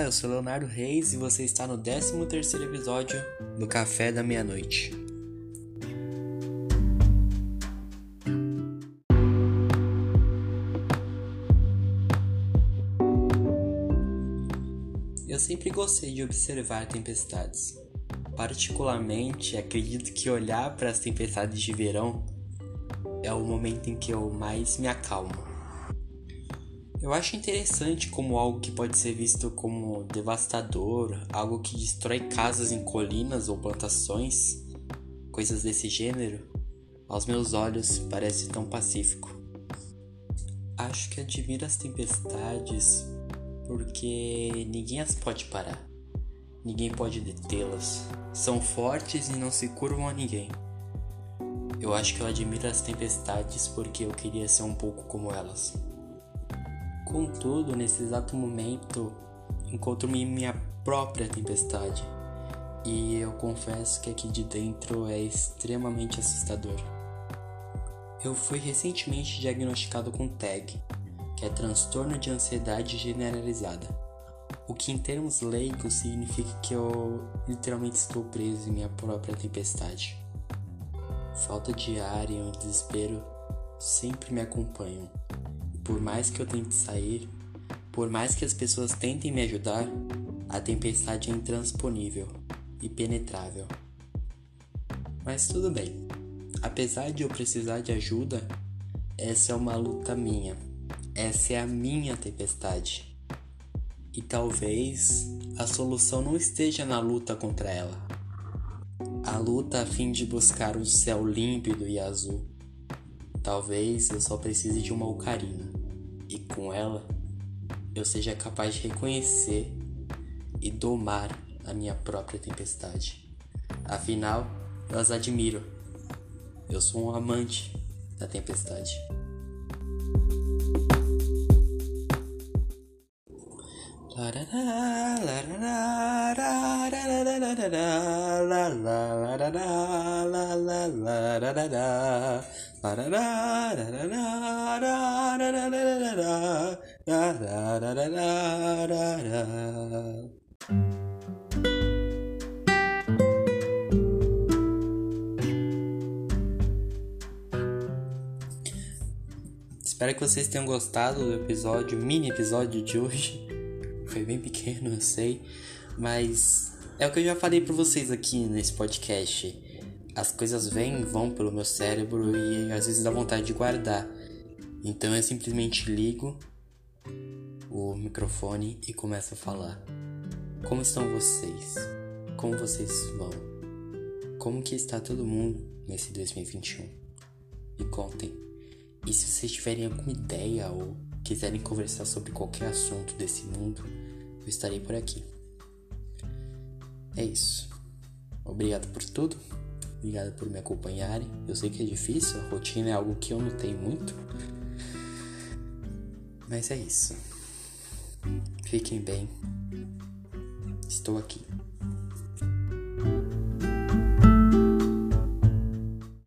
eu sou Leonardo Reis e você está no 13º episódio do Café da Meia-Noite. Eu sempre gostei de observar tempestades. Particularmente, acredito que olhar para as tempestades de verão é o momento em que eu mais me acalmo. Eu acho interessante como algo que pode ser visto como devastador, algo que destrói casas em colinas ou plantações, coisas desse gênero, aos meus olhos parece tão pacífico. Acho que admiro as tempestades porque ninguém as pode parar, ninguém pode detê-las, são fortes e não se curvam a ninguém. Eu acho que eu admiro as tempestades porque eu queria ser um pouco como elas. Contudo, nesse exato momento, encontro-me em minha própria tempestade e eu confesso que aqui de dentro é extremamente assustador. Eu fui recentemente diagnosticado com TAG, que é transtorno de ansiedade generalizada, o que em termos leigos significa que eu literalmente estou preso em minha própria tempestade. Falta de ar e um desespero sempre me acompanham. Por mais que eu tente sair, por mais que as pessoas tentem me ajudar, a tempestade é intransponível e penetrável. Mas tudo bem, apesar de eu precisar de ajuda, essa é uma luta minha, essa é a minha tempestade. E talvez a solução não esteja na luta contra ela, a luta a fim de buscar um céu límpido e azul. Talvez eu só precise de uma ocarina e com ela eu seja capaz de reconhecer e domar a minha própria tempestade. Afinal, eu as admiro. Eu sou um amante da tempestade. Espero que vocês tenham gostado do mini episódio de hoje. Foi bem pequeno, eu sei, mas é o que eu já falei pra vocês aqui nesse podcast. As coisas vêm e vão pelo meu cérebro e às vezes dá vontade de guardar. Então eu simplesmente ligo o microfone e começo a falar. Como estão vocês? Como vocês vão? Como que está todo mundo nesse 2021? Me contem. E se vocês tiverem alguma ideia ou quiserem conversar sobre qualquer assunto desse mundo, eu estarei por aqui. É isso. Obrigado por tudo. Obrigado por me acompanharem. Eu sei que é difícil, a rotina é algo que eu não tenho muito. Mas é isso. Fiquem bem. Estou aqui.